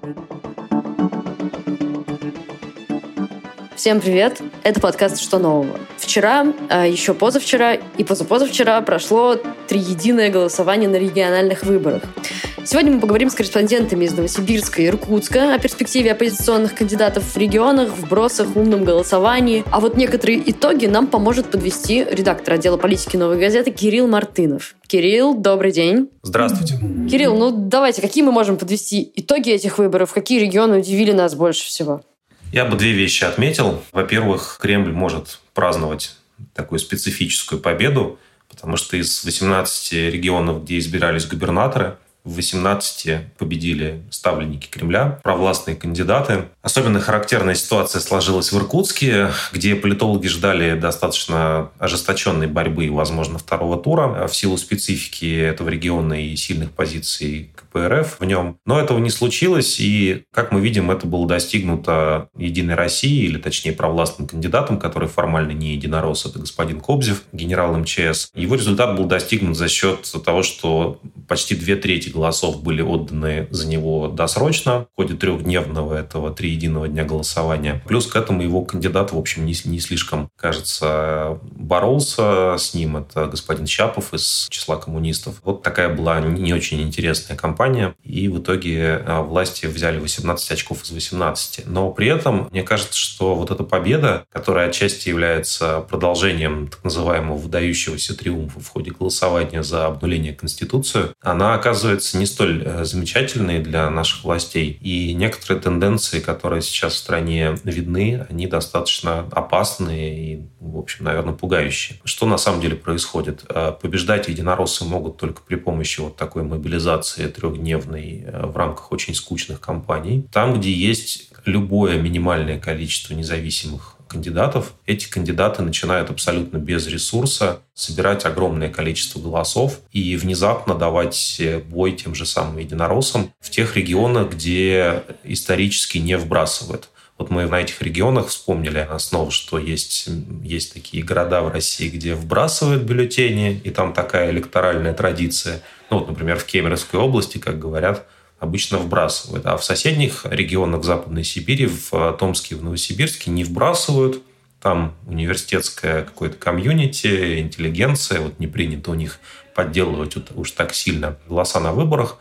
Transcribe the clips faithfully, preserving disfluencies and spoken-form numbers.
Всем привет! Это подкаст «Что нового?». Вчера, а еще позавчера и позапозавчера прошло триединое голосование на региональных выборах. Сегодня мы поговорим с корреспондентами из Новосибирска и Иркутска о перспективе оппозиционных кандидатов в регионах, вбросах, умном голосовании. А вот некоторые итоги нам поможет подвести редактор отдела политики «Новой газеты» Кирилл Мартынов. Кирилл, добрый день. Здравствуйте. Кирилл, ну давайте, какие мы можем подвести итоги этих выборов? Какие регионы удивили нас больше всего? Я бы две вещи отметил. Во-первых, Кремль может праздновать такую специфическую победу, потому что из восемнадцати регионов, где избирались губернаторы, в восемнадцати победили ставленники Кремля, провластные кандидаты. Особенно характерная ситуация сложилась в Иркутске, где политологи ждали достаточно ожесточенной борьбы, возможно, второго тура в силу специфики этого региона и сильных позиций ка пэ эр эф в нем. Но этого не случилось, и, как мы видим, это было достигнуто «Единой Россией», или точнее провластным кандидатом, который формально не единорос, это господин Кобзев, генерал эм че эс. Его результат был достигнут за счет того, что почти две трети голосов были отданы за него досрочно в ходе трехдневного этого триединого дня голосования. Плюс к этому его кандидат, в общем, не, не слишком, кажется, боролся с ним. Это господин Щапов из числа коммунистов. Вот такая была не очень интересная кампания. И в итоге власти взяли восемнадцать очков из восемнадцати. Но при этом, мне кажется, что вот эта победа, которая отчасти является продолжением так называемого выдающегося триумфа в ходе голосования за обнуление Конституции, она оказывается не столь замечательные для наших властей. И некоторые тенденции, которые сейчас в стране видны, они достаточно опасные и, в общем, наверное, пугающие. Что на самом деле происходит? Побеждать единороссы могут только при помощи вот такой мобилизации трехдневной в рамках очень скучных кампаний. Там, где есть любое минимальное количество независимых кандидатов, эти кандидаты начинают абсолютно без ресурса собирать огромное количество голосов и внезапно давать бой тем же самым единороссам в тех регионах, где исторически не вбрасывают. Вот мы на этих регионах вспомнили снова, что есть, есть такие города в России, где вбрасывают бюллетени, и там такая электоральная традиция. Ну вот, например, в Кемеровской области, как говорят, обычно вбрасывают. А в соседних регионах Западной Сибири, в Томске и в Новосибирске не вбрасывают. Там университетское какое-то комьюнити, интеллигенция. Вот не принято у них подделывать уж так сильно голоса на выборах.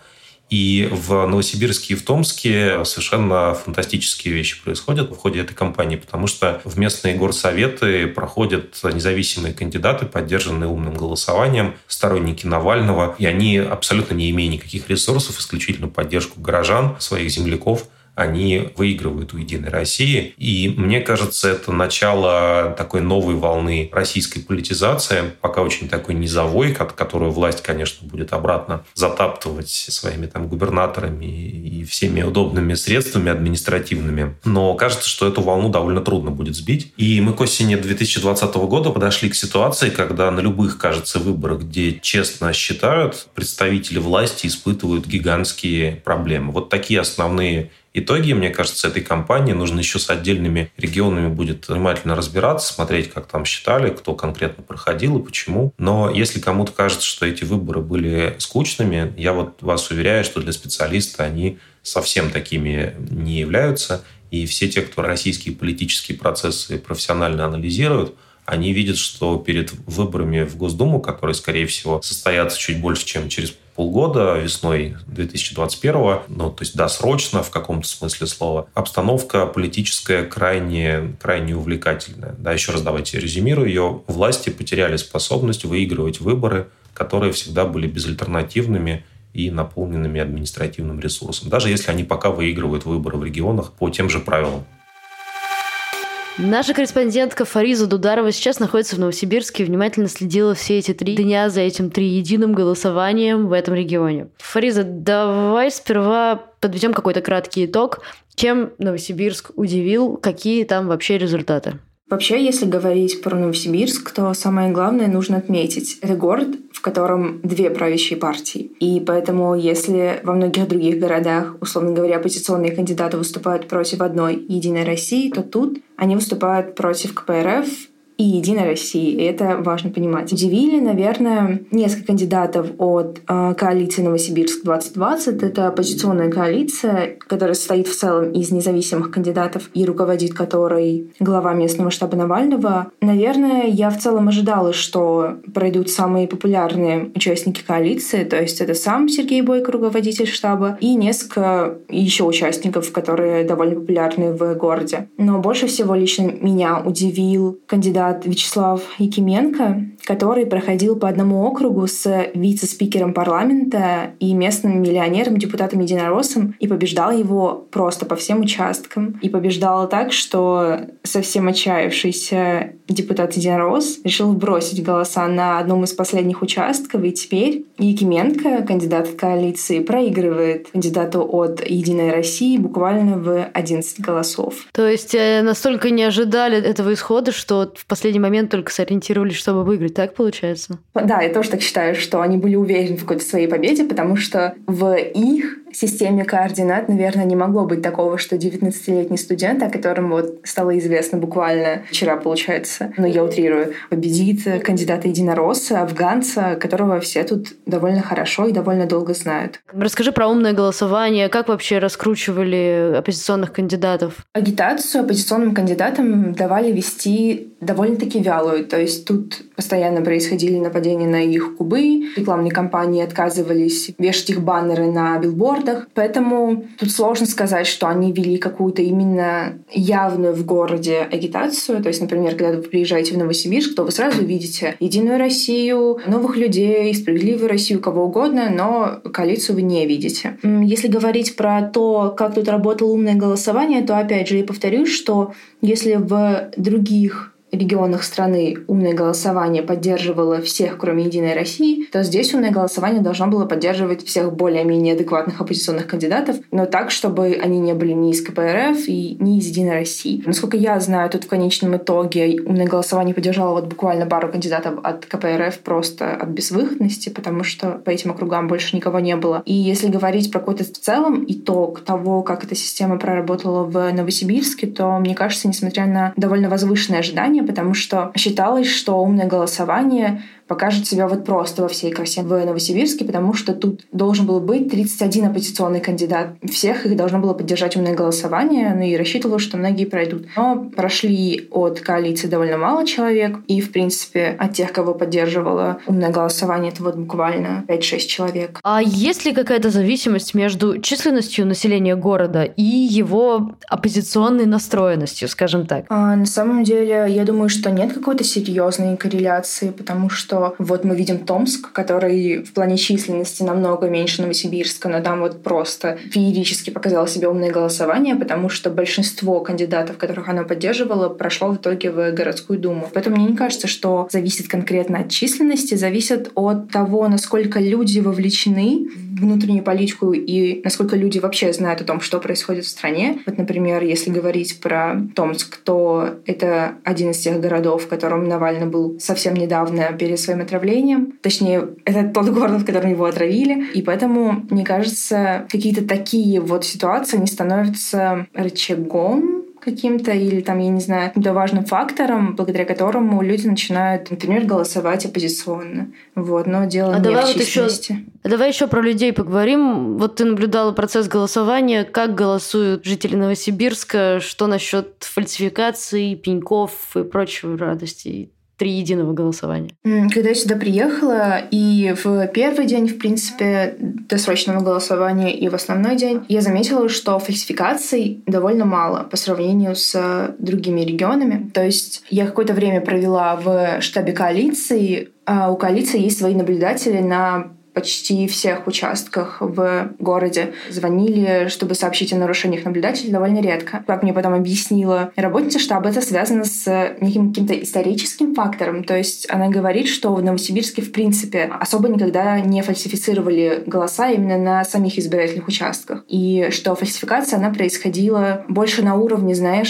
И в Новосибирске и в Томске совершенно фантастические вещи происходят в ходе этой кампании, потому что в местные горсоветы проходят независимые кандидаты, поддержанные умным голосованием, сторонники Навального, и они, абсолютно не имея никаких ресурсов, исключительно поддержку горожан, своих земляков, они выигрывают у «Единой России». И мне кажется, это начало такой новой волны российской политизации, пока очень такой низовой, которую власть, конечно, будет обратно затаптывать своими там губернаторами и всеми удобными средствами административными. Но кажется, что эту волну довольно трудно будет сбить. И мы к осени две тысячи двадцатого года подошли к ситуации, когда на любых, кажется, выборах, где честно считают, представители власти испытывают гигантские проблемы. Вот такие основные итоги, мне кажется, этой кампании. Нужно еще с отдельными регионами будет внимательно разбираться, смотреть, как там считали, кто конкретно проходил и почему. Но если кому-то кажется, что эти выборы были скучными, я вот вас уверяю, что для специалиста они совсем такими не являются. И все те, кто российские политические процессы профессионально анализируют, они видят, что перед выборами в Госдуму, которые, скорее всего, состоятся чуть больше, чем через полгода, весной две тысячи двадцать первого, ну, то есть досрочно в каком-то смысле слова, обстановка политическая крайне, крайне увлекательная. Да, еще раз давайте резюмирую ее. Власти потеряли способность выигрывать выборы, которые всегда были безальтернативными и наполненными административным ресурсом, даже если они пока выигрывают выборы в регионах по тем же правилам. Наша корреспондентка Фариза Дударова сейчас находится в Новосибирске и внимательно следила все эти три дня за этим триединым голосованием в этом регионе. Фариза, давай сперва подведем какой-то краткий итог. Чем Новосибирск удивил? Какие там вообще результаты? Вообще, если говорить про Новосибирск, то самое главное нужно отметить. Это город, в котором две правящие партии. И поэтому, если во многих других городах, условно говоря, оппозиционные кандидаты выступают против одной «Единой России», то тут они выступают против ка пэ эр эф, и «Единой России». И это важно понимать. Удивили, наверное, несколько кандидатов от э, коалиции «Новосибирск-двадцать двадцать». Это оппозиционная коалиция, которая состоит в целом из независимых кандидатов и руководит которой глава местного штаба Навального. Наверное, я в целом ожидала, что пройдут самые популярные участники коалиции, то есть это сам Сергей Бойко, руководитель штаба, и несколько еще участников, которые довольно популярны в городе. Но больше всего лично меня удивил кандидат Вячеслав Якименко, который проходил по одному округу с вице-спикером парламента и местным миллионером, депутатом Единороссом, и побеждал его просто по всем участкам. И побеждал так, что совсем отчаявшийся депутат Единорос решил бросить голоса на одном из последних участков, и теперь Якименко, кандидат от коалиции, проигрывает кандидату от «Единой России» буквально в одиннадцать голосов. То есть настолько не ожидали этого исхода, что в последний момент только сориентировались, чтобы выиграть, так получается? Да, я тоже так считаю, что они были уверены в какой-то своей победе, потому что в их системе координат, наверное, не могло быть такого, что девятнадцатилетний студент, о котором вот стало известно буквально вчера, получается, ну, я утрирую, победит кандидата Единоросса, афганца, которого все тут довольно хорошо и довольно долго знают. Расскажи про умное голосование. Как вообще раскручивали оппозиционных кандидатов? Агитацию оппозиционным кандидатам давали вести довольно-таки вялую. То есть тут постоянно происходили нападения на их кубы, рекламные кампании отказывались вешать их баннеры на билбордах. Поэтому тут сложно сказать, что они вели какую-то именно явную в городе агитацию. То есть, например, когда вы приезжаете в Новосибирск, то вы сразу видите «Единую Россию», «Новых людей», «Справедливую Россию», кого угодно, но коалицию вы не видите. Если говорить про то, как тут работало умное голосование, то, опять же, я повторюсь, что если в других регионах страны умное голосование поддерживало всех, кроме «Единой России», то здесь умное голосование должно было поддерживать всех более-менее адекватных оппозиционных кандидатов, но так, чтобы они не были ни из ка пэ эр эф и ни из «Единой России». Насколько я знаю, тут в конечном итоге умное голосование поддержало вот буквально пару кандидатов от ка пэ эр эф просто от безвыходности, потому что по этим округам больше никого не было. И если говорить про какой-то в целом итог того, как эта система проработала в Новосибирске, то, мне кажется, несмотря на довольно возвышенные ожидания, потому что считалось, что умное голосование покажет себя вот просто во всей красе в Новосибирске, потому что тут должен был быть тридцать один оппозиционный кандидат. Всех их должно было поддержать умное голосование, ну и рассчитывалось, что многие пройдут. Но прошли от коалиции довольно мало человек, и, в принципе, от тех, кого поддерживало умное голосование, это вот буквально пять-шесть человек. А есть ли какая-то зависимость между численностью населения города и его оппозиционной настроенностью, скажем так? А, на самом деле, я думаю, что нет какой-то серьезной корреляции, потому что вот мы видим Томск, который в плане численности намного меньше Новосибирска, но там вот просто феерически показало себе умное голосование, потому что большинство кандидатов, которых оно поддерживало, прошло в итоге в городскую думу. Поэтому мне не кажется, что зависит конкретно от численности, зависит от того, насколько люди вовлечены в внутреннюю политику и насколько люди вообще знают о том, что происходит в стране. Вот, например, если говорить про Томск, то это один из тех городов, в котором Навальный был совсем недавно перед своим отравлением. Точнее, это тот город, в котором его отравили. И поэтому, мне кажется, какие-то такие вот ситуации не становятся рычагом каким-то или там, я не знаю, каким-то важным фактором, благодаря которому люди начинают, например, голосовать оппозиционно. Вот, но дело а не давай в вот численности. Еще, давай еще про людей поговорим. Вот ты наблюдала процесс голосования. Как голосуют жители Новосибирска? Что насчет фальсификаций, пеньков и прочей радости? Триединого голосования. Когда я сюда приехала, и в первый день, в принципе, досрочного голосования, и в основной день, я заметила, что фальсификаций довольно мало по сравнению с другими регионами. То есть я какое-то время провела в штабе коалиции, а у коалиции есть свои наблюдатели на почти всех участках в городе. Звонили, чтобы сообщить о нарушениях наблюдателей, довольно редко. Как мне потом объяснила работница штаба, это связано с неким каким-то историческим фактором. То есть она говорит, что в Новосибирске, в принципе, особо никогда не фальсифицировали голоса именно на самих избирательных участках. И что фальсификация, она происходила больше на уровне, знаешь,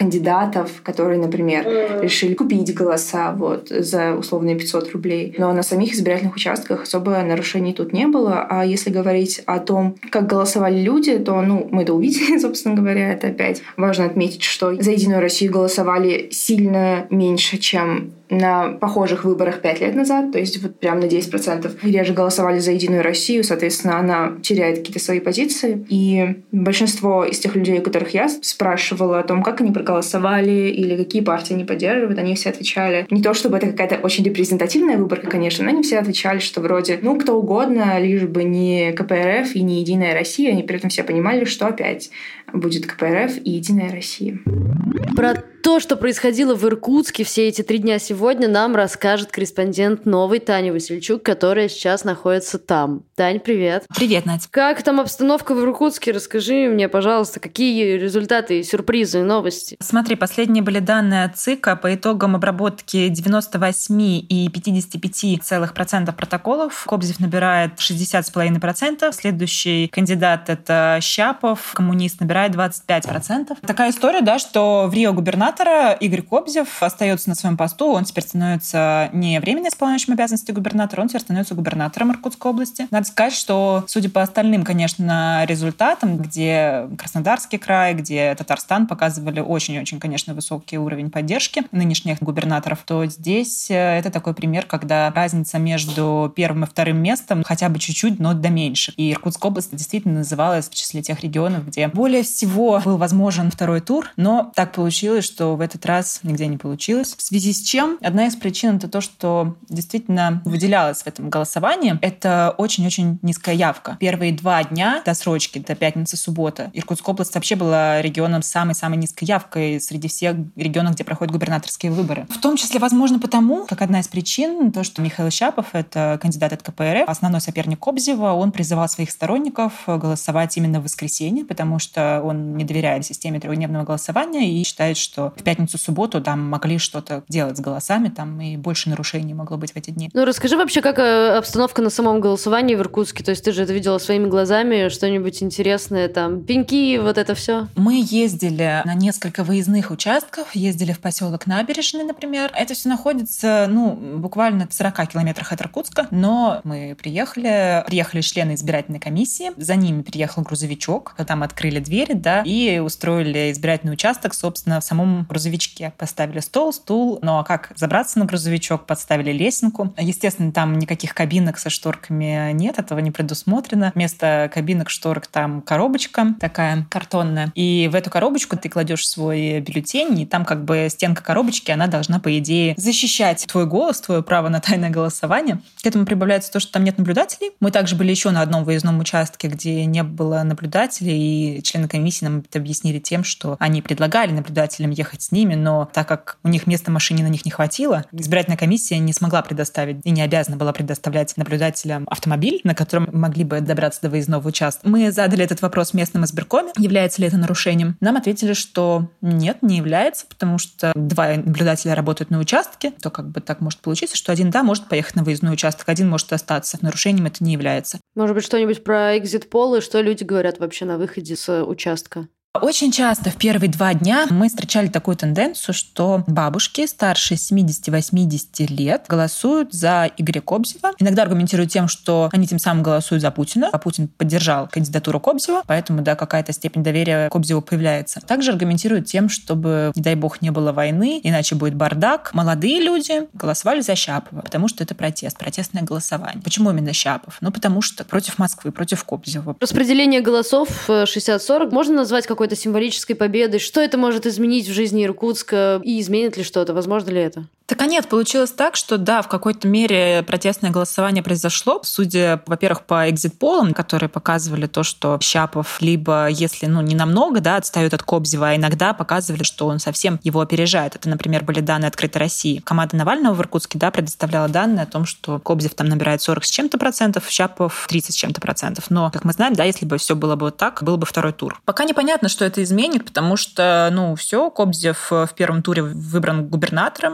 кандидатов, которые, например, mm-hmm. решили купить голоса вот, за условные пятьсот рублей. Но на самих избирательных участках особо нарушений тут не было. А если говорить о том, как голосовали люди, то ну, мы это увидели, собственно говоря. Это опять важно отметить, что за «Единую Россию» голосовали сильно меньше, чем на похожих выборах пять лет назад, то есть вот прям на десять процентов реже голосовали за «Единую Россию», соответственно, она теряет какие-то свои позиции. И большинство из тех людей, у которых я спрашивала о том, как они проголосовали или какие партии они поддерживают, они все отвечали. Не то чтобы это какая-то очень репрезентативная выборка, конечно, но они все отвечали, что вроде, ну, кто угодно, лишь бы не ка пэ эр эф и не «Единая Россия». Они при этом все понимали, что опять будет ка пэ эр эф и «Единая Россия». Про то, что происходило в Иркутске все эти три дня сегодня, нам расскажет корреспондент «Новой» Таня Васильчук, которая сейчас находится там. Тань, привет. Привет, Надь. Как там обстановка в Иркутске? Расскажи мне, пожалуйста, какие результаты, сюрпризы и новости? Смотри, последние были данные от ЦИКа по итогам обработки девяносто восемь и пятьдесят пять целых процентов протоколов. Кобзев набирает шестьдесят целых пять десятых процента. Следующий кандидат — это Щапов. Коммунист набирает двадцать пять процентов. Такая история, да, что в Рио губернатор Игорь Кобзев остается на своем посту. Он теперь становится не временно исполняющим обязанности губернатора, он теперь становится губернатором Иркутской области. Надо сказать, что, судя по остальным, конечно, результатам, где Краснодарский край, где Татарстан показывали очень-очень, конечно, высокий уровень поддержки нынешних губернаторов, то здесь это такой пример, когда разница между первым и вторым местом хотя бы чуть-чуть, но да меньше. И Иркутская область действительно называлась в числе тех регионов, где более всего был возможен второй тур, но так получилось, что в этот раз нигде не получилось. В связи с чем? Одна из причин — это то, что действительно выделялось в этом голосовании. Это очень-очень низкая явка. Первые два дня досрочки, до пятницы, суббота, Иркутская область вообще была регионом с самой-самой низкой явкой среди всех регионов, где проходят губернаторские выборы. В том числе, возможно, потому, как одна из причин, то, что Михаил Щапов, это кандидат от ка пэ эр эф, основной соперник Кобзева, он призывал своих сторонников голосовать именно в воскресенье, потому что он не доверяет системе трехдневного голосования и считает, что в пятницу-субботу там могли что-то делать с голосами, там и больше нарушений могло быть в эти дни. Ну, расскажи вообще, как обстановка на самом голосовании в Иркутске? То есть ты же это видела своими глазами, что-нибудь интересное, там, пеньки, вот это все? Мы ездили на несколько выездных участков, ездили в поселок Набережный, например. Это все находится, ну, буквально в сорока километрах от Иркутска, но мы приехали, приехали члены избирательной комиссии, за ними приехал грузовичок, там открыли двери, да, и устроили избирательный участок, собственно, в самом грузовичке. Поставили стол, стул, ну а как забраться на грузовичок? Подставили лесенку. Естественно, там никаких кабинок со шторками нет, этого не предусмотрено. Вместо кабинок, шторок там коробочка такая картонная. И в эту коробочку ты кладешь свой бюллетень, и там как бы стенка коробочки, она должна, по идее, защищать твой голос, твое право на тайное голосование. К этому прибавляется то, что там нет наблюдателей. Мы также были еще на одном выездном участке, где не было наблюдателей, и члены комиссии нам это объяснили тем, что они предлагали наблюдателям ехать с ними, но так как у них места в машине на них не хватило, избирательная комиссия не смогла предоставить и не обязана была предоставлять наблюдателям автомобиль, на котором могли бы добраться до выездного участка. Мы задали этот вопрос местным избиркоме, является ли это нарушением. Нам ответили, что нет, не является, потому что два наблюдателя работают на участке, то как бы так может получиться, что один, да, может поехать на выездной участок, один может остаться. Нарушением это не является. Может быть, что-нибудь про экзит-полы, что люди говорят вообще на выходе с участка? Очень часто в первые два дня мы встречали такую тенденцию, что бабушки старше семидесяти-восьмидесяти лет голосуют за Игоря Кобзева. Иногда аргументируют тем, что они тем самым голосуют за Путина, а Путин поддержал кандидатуру Кобзева, поэтому, да, какая-то степень доверия Кобзеву появляется. Также аргументируют тем, чтобы, не дай бог, не было войны, иначе будет бардак. Молодые люди голосовали за Щапова, потому что это протест, протестное голосование. Почему именно Щапов? Ну, потому что против Москвы, против Кобзева. Распределение голосов шестьдесят сорок можно назвать как какой-то символической победой? Что это может изменить в жизни Иркутска? И изменит ли что-то? Возможно ли это? Так, а нет, получилось так, что да, в какой-то мере протестное голосование произошло. Судя, во-первых, по экзит-полам, которые показывали то, что Щапов либо, если ну, не намного, да, отстает от Кобзева, а иногда показывали, что он совсем его опережает. Это, например, были данные «Открытой России». Команда Навального в Иркутске, да, предоставляла данные о том, что Кобзев там набирает сорок с чем-то процентов, Щапов тридцать с чем-то процентов. Но, как мы знаем, да, если бы все было бы вот так, был бы второй тур. Пока непонятно, что это изменит, потому что, ну, все, Кобзев в первом туре выбран губернатором. Сейчас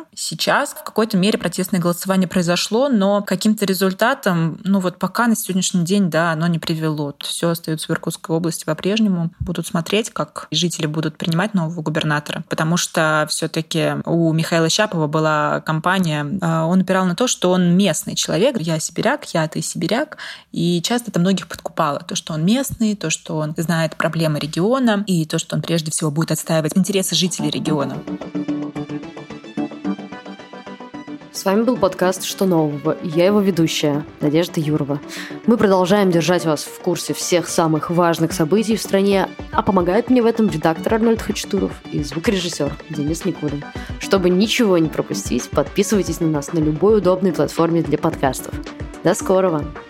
сейчас в какой-то мере протестное голосование произошло, но каким-то результатом, ну вот пока на сегодняшний день, да, оно не привело. Все остается в Иркутской области по-прежнему. Будут смотреть, как жители будут принимать нового губернатора, потому что все-таки у Михаила Щапова была кампания, он упирал на то, что он местный человек. Я сибиряк, я ты сибиряк, и часто это многих подкупало. То, что он местный, то, что он знает проблемы региона, и то, что он прежде всего будет отстаивать интересы жителей региона. С вами был подкаст «Что нового?» и я его ведущая, Надежда Юрова. Мы продолжаем держать вас в курсе всех самых важных событий в стране, а помогает мне в этом редактор Арнольд Хачатуров и звукорежиссер Денис Никулин. Чтобы ничего не пропустить, подписывайтесь на нас на любой удобной платформе для подкастов. До скорого!